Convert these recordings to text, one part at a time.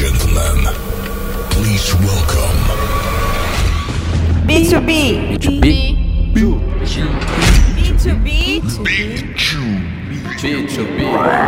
gentlemen, please welcome B2B. B2B. B2B. B2B.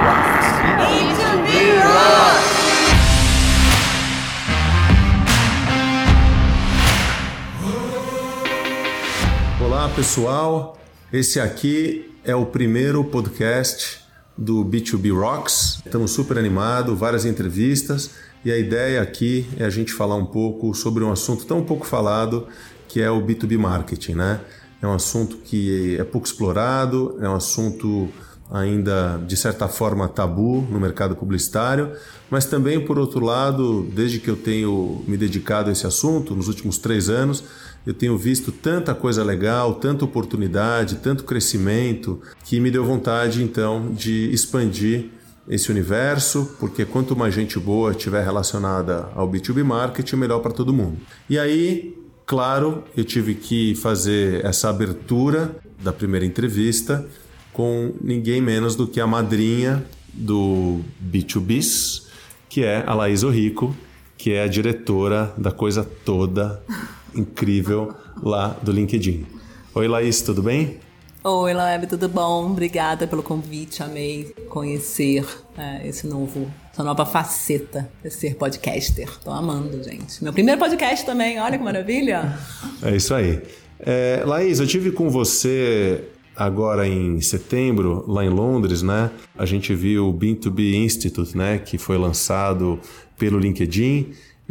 Olá pessoal, esse aqui é o primeiro podcast do B2B Rocks. Estamos super animados, várias entrevistas e a ideia aqui é a gente falar um pouco sobre um assunto tão pouco falado que é o B2B Marketing, né? É um assunto que é pouco explorado, é um assunto ainda de certa forma tabu no mercado publicitário, mas também por outro lado, desde que eu tenho me dedicado a esse assunto, nos últimos 3 anos, eu tenho visto tanta coisa legal, tanta oportunidade, tanto crescimento, que me deu vontade então de expandir esse universo, porque quanto mais gente boa estiver relacionada ao B2B Marketing, melhor para todo mundo. E aí, claro, eu tive que fazer essa abertura da primeira entrevista com ninguém menos do que a madrinha do B2Bs, que é a Laís Orrico, que é a diretora da coisa toda incrível lá do LinkedIn. Oi, Laís, tudo bem? Oi, Laeb, tudo bom? Obrigada pelo convite, amei conhecer essa nova faceta de ser podcaster. Tô amando, gente. Meu primeiro podcast também, olha que maravilha! É isso aí. Laís, eu tive com você agora em setembro, lá em Londres, né? A gente viu o B2B Institute, né? Que foi lançado pelo LinkedIn.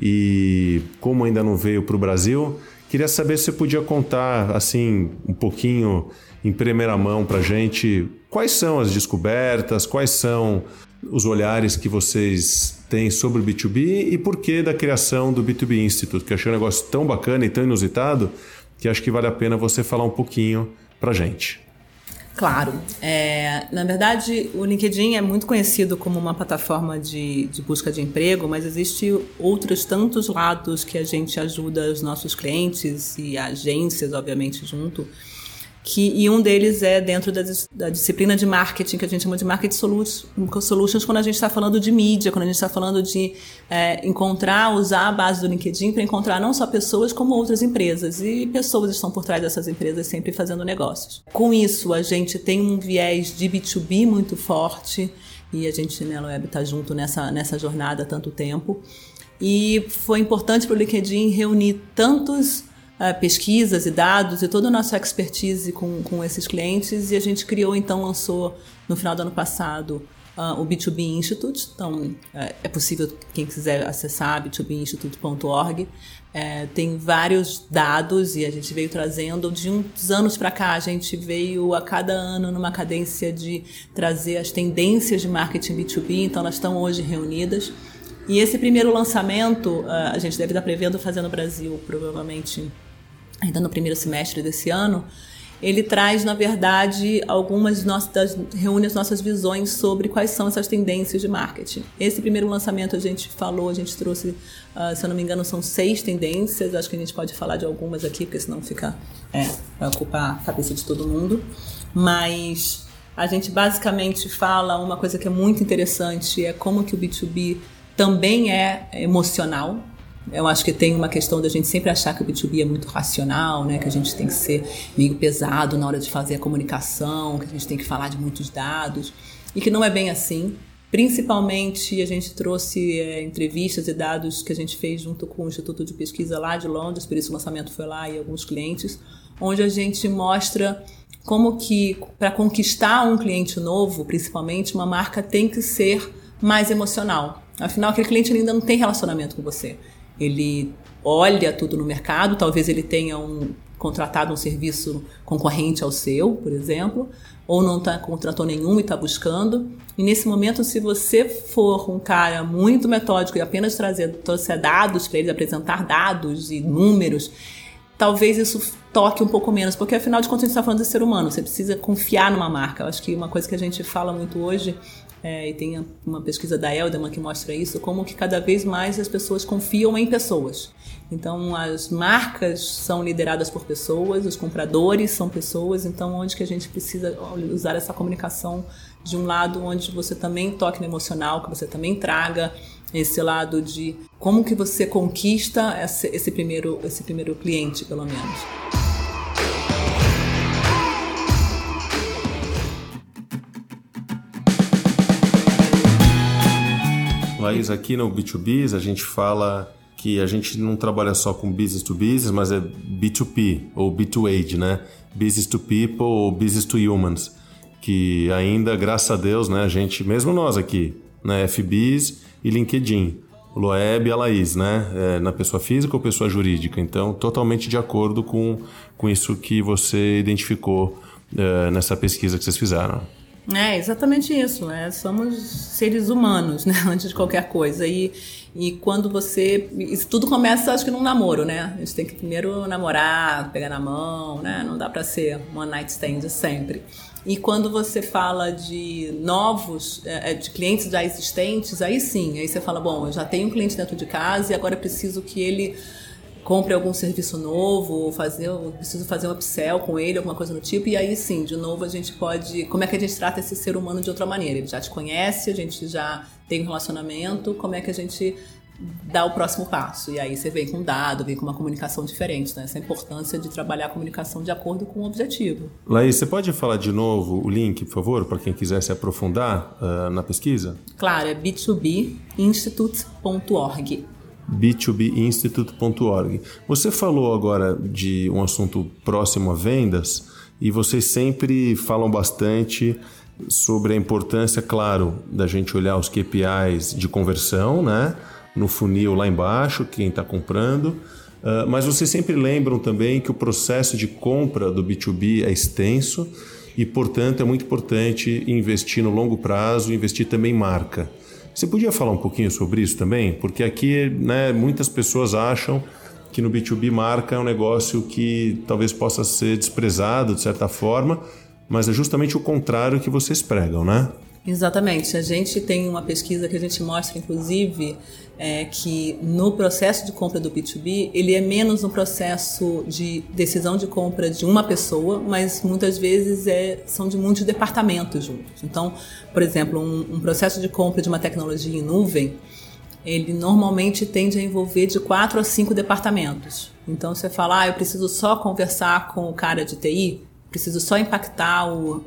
E como ainda não veio para o Brasil, queria saber se você podia contar assim um pouquinho em primeira mão para a gente quais são as descobertas, quais são os olhares que vocês têm sobre o B2B e por que da criação do B2B Institute, que eu achei um negócio tão bacana e tão inusitado que acho que vale a pena você falar um pouquinho para a gente. Claro. Na verdade, o LinkedIn é muito conhecido como uma plataforma de busca de emprego, mas existe outros tantos lados que a gente ajuda os nossos clientes e agências, obviamente, junto. E um deles é dentro da disciplina de marketing, que a gente chama de Market Solutions, quando a gente está falando de mídia, quando a gente está falando de usar a base do LinkedIn para encontrar não só pessoas, como outras empresas. E pessoas estão por trás dessas empresas sempre fazendo negócios. Com isso, a gente tem um viés de B2B muito forte e a gente, né, Loeb, está junto nessa jornada há tanto tempo. E foi importante para o LinkedIn reunir tantos pesquisas e dados e toda a nossa expertise com esses clientes, e a gente lançou no final do ano passado o B2B Institute. Então é possível, quem quiser acessar b2binstitute.org, tem vários dados e a gente veio trazendo de uns anos para cá, a gente veio a cada ano numa cadência de trazer as tendências de marketing B2B, então elas estão hoje reunidas. E esse primeiro lançamento, a gente deve estar prevendo fazer no Brasil, provavelmente ainda no primeiro semestre desse ano. Ele traz, na verdade, reúne as nossas visões sobre quais são essas tendências de marketing. Esse primeiro lançamento a gente trouxe, se eu não me engano, são 6 tendências. Acho que a gente pode falar de algumas aqui, porque senão vai ocupar a cabeça de todo mundo. Mas a gente basicamente fala uma coisa que é muito interessante, é como que o B2B também é emocional. Eu acho que tem uma questão da gente sempre achar que o B2B é muito racional, né? Que a gente tem que ser meio pesado na hora de fazer a comunicação, que a gente tem que falar de muitos dados, e que não é bem assim. Principalmente, a gente trouxe entrevistas e dados que a gente fez junto com o Instituto de Pesquisa lá de Londres, por isso o lançamento foi lá, e alguns clientes, onde a gente mostra como que, para conquistar um cliente novo, principalmente, uma marca tem que ser mais emocional. Afinal, aquele cliente ainda não tem relacionamento com você. Ele olha tudo no mercado, talvez ele tenha contratado um serviço concorrente ao seu, por exemplo, ou não contratou nenhum e está buscando. E nesse momento, se você for um cara muito metódico e apenas trouxer dados para ele, apresentar dados e números, talvez isso toque um pouco menos, porque afinal de contas a gente está falando de ser humano, você precisa confiar numa marca. Eu acho que uma coisa que a gente fala muito hoje, e tem uma pesquisa da Elderman que mostra isso, como que cada vez mais as pessoas confiam em pessoas. Então as marcas são lideradas por pessoas, os compradores são pessoas, então onde que a gente precisa usar essa comunicação de um lado onde você também toque no emocional, que você também traga esse lado de como que você conquista esse primeiro cliente, pelo menos. Laís, aqui no B2B a gente fala que a gente não trabalha só com business to business, mas é B2P ou B2H, né? Business to people ou business to humans, que ainda, graças a Deus, né, a gente, mesmo nós aqui, na FBIS e LinkedIn, o Loeb e a Laís, né, na pessoa física ou pessoa jurídica. Então, totalmente de acordo com isso que você identificou nessa pesquisa que vocês fizeram. É exatamente isso, né? Somos seres humanos, né? Antes de qualquer coisa. E quando você... Isso tudo começa, acho que num namoro, né? A gente tem que primeiro namorar, pegar na mão, né? Não dá pra ser one night stand sempre. E quando você fala de novos, de clientes já existentes, aí sim, aí você fala, bom, eu já tenho um cliente dentro de casa e agora eu preciso que ele compre algum serviço novo, ou preciso fazer um upsell com ele, alguma coisa do tipo, e aí sim, de novo a gente pode... Como é que a gente trata esse ser humano de outra maneira? Ele já te conhece, a gente já tem um relacionamento, como é que a gente dá o próximo passo? E aí você vem com um dado, vem com uma comunicação diferente, né? Essa importância de trabalhar a comunicação de acordo com o objetivo. Laís, você pode falar de novo o link, por favor, para quem quiser se aprofundar na pesquisa? Claro, é b2binstitute.org. b2binstitute.org. Você falou agora de um assunto próximo a vendas e vocês sempre falam bastante sobre a importância, claro, da gente olhar os KPIs de conversão, né? No funil lá embaixo, quem está comprando, mas vocês sempre lembram também que o processo de compra do B2B é extenso e, portanto, é muito importante investir no longo prazo, investir também em marca. Você podia falar um pouquinho sobre isso também? Porque aqui, né, muitas pessoas acham que no B2B marca é um negócio que talvez possa ser desprezado de certa forma, mas é justamente o contrário que vocês pregam, né? Exatamente. A gente tem uma pesquisa que a gente mostra, inclusive, que no processo de compra do B2B, ele é menos um processo de decisão de compra de uma pessoa, mas muitas vezes são de muitos departamentos juntos. Então, por exemplo, um processo de compra de uma tecnologia em nuvem, ele normalmente tende a envolver de 4 a 5 departamentos. Então, você fala, eu preciso só conversar com o cara de TI, preciso só impactar o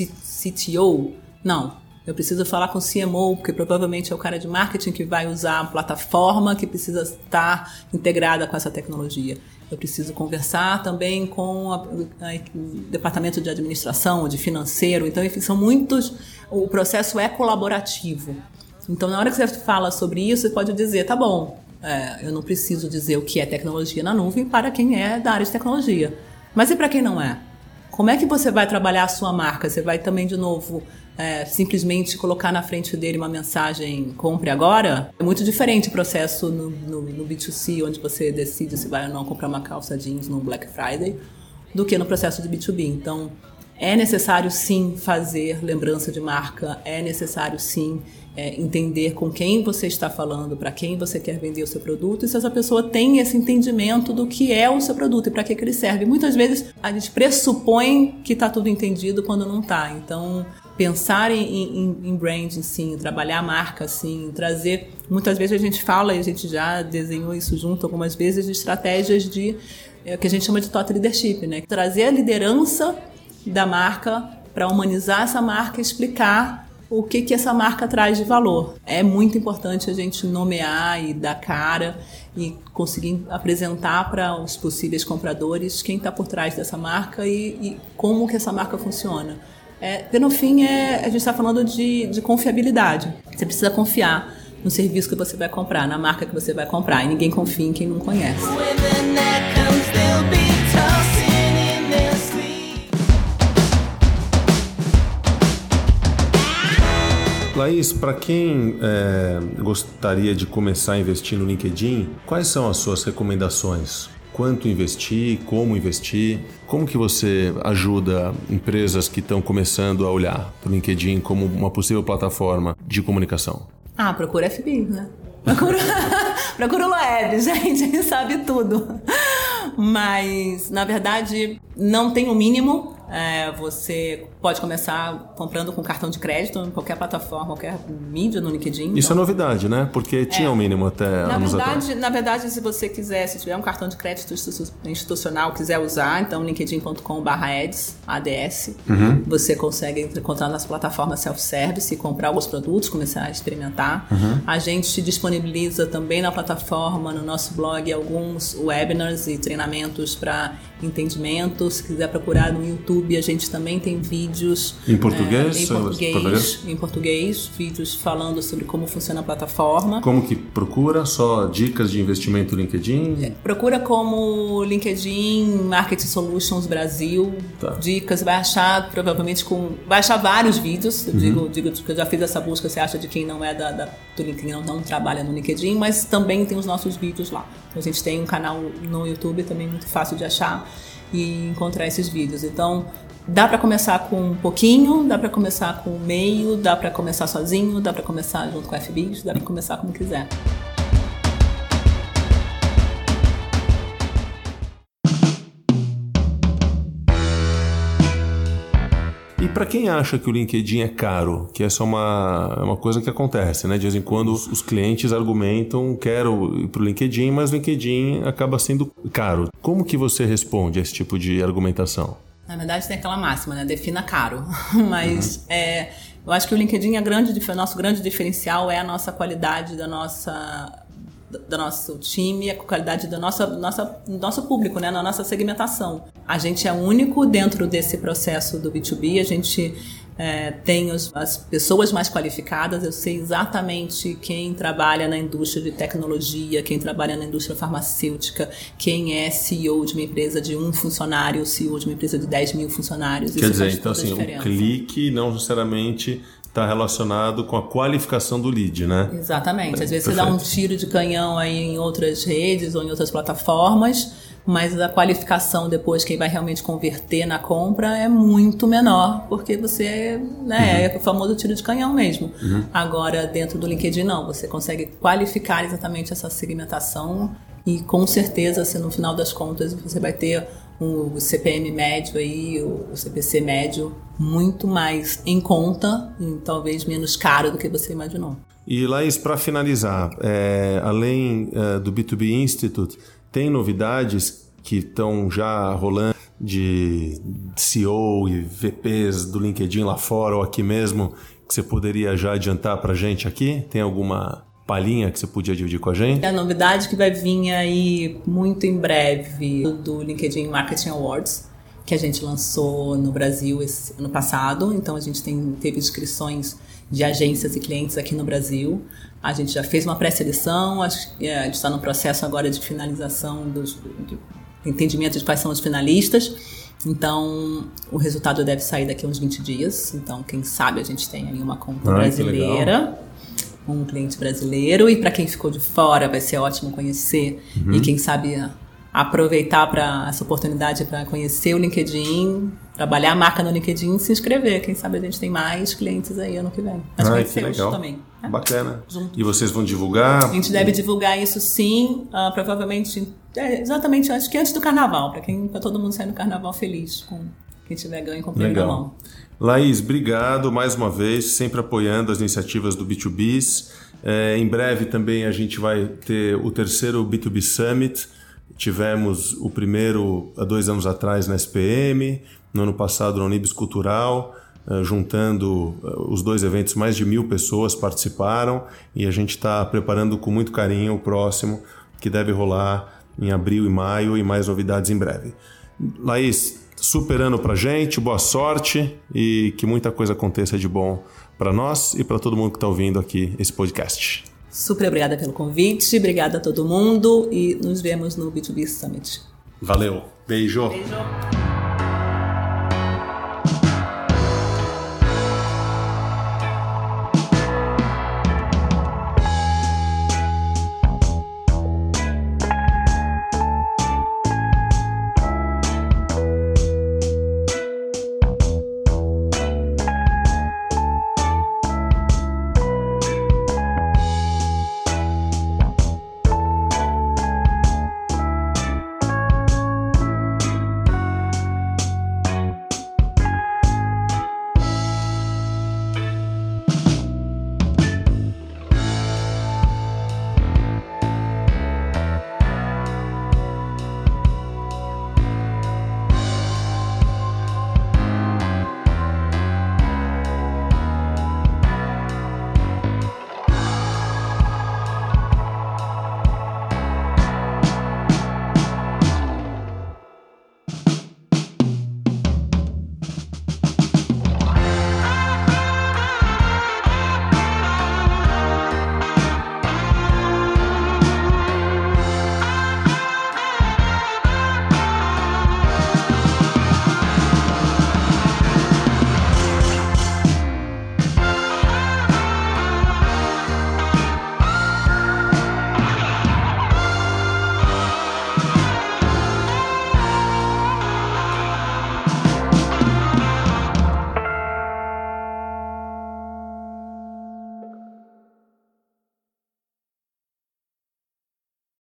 CTO. Não, eu preciso falar com o CMO, porque provavelmente é o cara de marketing que vai usar a plataforma que precisa estar integrada com essa tecnologia. Eu preciso conversar também com o departamento de administração, de financeiro. Então, enfim, são muitos... O processo é colaborativo. Então, na hora que você fala sobre isso, você pode dizer, tá bom, eu não preciso dizer o que é tecnologia na nuvem para quem é da área de tecnologia. Mas e para quem não é? Como é que você vai trabalhar a sua marca? Você vai também, de novo, simplesmente colocar na frente dele uma mensagem compre agora? É muito diferente o processo no B2C, onde você decide se vai ou não comprar uma calça jeans no Black Friday, do que no processo de B2B. Então, é necessário sim fazer lembrança de marca, é necessário sim entender com quem você está falando, para quem você quer vender o seu produto, e se essa pessoa tem esse entendimento do que é o seu produto e para que ele serve. Muitas vezes a gente pressupõe que está tudo entendido quando não está. Então, pensar em branding, sim, trabalhar a marca, sim, trazer... Muitas vezes a gente fala, e a gente já desenhou isso junto algumas vezes, de estratégias de que a gente chama de thought leadership, né? Trazer a liderança da marca para humanizar essa marca e explicar o que essa marca traz de valor. É muito importante a gente nomear e dar cara e conseguir apresentar para os possíveis compradores quem está por trás dessa marca e como que essa marca funciona. Porque no fim a gente está falando de confiabilidade. Você precisa confiar no serviço que você vai comprar, na marca que você vai comprar, e ninguém confia em quem não conhece. Laís, para quem gostaria de começar a investir no LinkedIn, quais são as suas recomendações? Quanto investir? Como investir? Como que você ajuda empresas que estão começando a olhar para o LinkedIn como uma possível plataforma de comunicação? Procura FB, né? Procura o Loeb, gente, ele sabe tudo. Mas, na verdade, não tem o mínimo Você pode começar comprando com cartão de crédito em qualquer plataforma, qualquer mídia no LinkedIn. Isso então... é novidade, né? Porque tinha um mínimo até anos atrás. Na verdade, se você quiser, se tiver um cartão de crédito institucional, quiser usar, então linkedin.com/ads, ADS, você consegue encontrar nas plataformas self-service e comprar alguns produtos, começar a experimentar. A gente disponibiliza também na plataforma, no nosso blog, alguns webinars e treinamentos para entendimento. Se quiser procurar no YouTube, a gente também tem vídeos em português, em português, vídeos falando sobre como funciona a plataforma. Como que procura? Só dicas de investimento no LinkedIn? Procura como LinkedIn Marketing Solutions Brasil, dicas, vai achar provavelmente vai achar vários vídeos. Eu digo que eu já fiz essa busca, você acha de quem não é do LinkedIn, não trabalha no LinkedIn, mas também tem os nossos vídeos lá. Então a gente tem um canal no YouTube também muito fácil de achar e encontrar esses vídeos. Então, dá para começar com um pouquinho, dá para começar com meio, dá para começar sozinho, dá para começar junto com a FBIS, dá para começar como quiser. E para quem acha que o LinkedIn é caro, que essa é uma coisa que acontece, né? De vez em quando os clientes argumentam, quero ir para o LinkedIn, mas o LinkedIn acaba sendo caro. Como que você responde a esse tipo de argumentação? Na verdade tem aquela máxima, né? Defina caro. Mas eu acho que o LinkedIn, nosso grande diferencial é a nossa qualidade do nosso time, a qualidade do nosso público, né? Na nossa segmentação. A gente é único dentro desse processo do B2B, a gente tem as pessoas mais qualificadas, eu sei exatamente quem trabalha na indústria de tecnologia, quem trabalha na indústria farmacêutica, quem é CEO de uma empresa de 1 funcionário, CEO de uma empresa de 10 mil funcionários. Quer dizer, então assim, o clique não necessariamente está relacionado com a qualificação do lead, né? Exatamente. Às vezes você dá um tiro de canhão aí em outras redes ou em outras plataformas, mas a qualificação depois, quem vai realmente converter na compra é muito menor, porque você é o famoso tiro de canhão mesmo. Agora, dentro do LinkedIn, não. Você consegue qualificar exatamente essa segmentação e, com certeza, se no final das contas você vai ter o CPM médio aí, o CPC médio, muito mais em conta e talvez menos caro do que você imaginou. E, Laís, para finalizar, além do B2B Institute, tem novidades que estão já rolando de CEO e VPs do LinkedIn lá fora ou aqui mesmo, que você poderia já adiantar para a gente aqui? Tem alguma palhinha que você podia dividir com a gente? A novidade que vai vir aí muito em breve do LinkedIn Marketing Awards, que a gente lançou no Brasil esse ano passado. Então a gente teve inscrições de agências e clientes aqui no Brasil. A gente já fez uma pré-seleção, a gente está no processo agora de finalização do entendimento de quais são os finalistas. Então, o resultado deve sair daqui a uns 20 dias. Então, quem sabe a gente tem aí uma conta brasileira, um cliente brasileiro. E para quem ficou de fora, vai ser ótimo conhecer. E quem sabe aproveitar essa oportunidade para conhecer o LinkedIn, trabalhar a marca no LinkedIn e se inscrever. Quem sabe a gente tem mais clientes aí ano que vem. Mas que legal. Também. Bacana. Junto. E vocês vão divulgar? A gente deve divulgar isso sim, provavelmente, exatamente acho que antes do carnaval, para todo mundo sair no carnaval feliz com quem tiver ganho com o prêmio na mão. Laís, obrigado mais uma vez, sempre apoiando as iniciativas do B2Bs. Em breve também a gente vai ter o terceiro B2B Summit. Tivemos o primeiro há 2 anos atrás na SPM, no ano passado na Unibis Cultural, juntando os 2 eventos, mais de 1.000 pessoas participaram e a gente está preparando com muito carinho o próximo, que deve rolar em abril e maio, e mais novidades em breve. Laís, super ano pra gente, boa sorte e que muita coisa aconteça de bom para nós e para todo mundo que está ouvindo aqui esse podcast. Super obrigada pelo convite, obrigada a todo mundo e nos vemos no B2B Summit. Valeu, beijo. Beijo.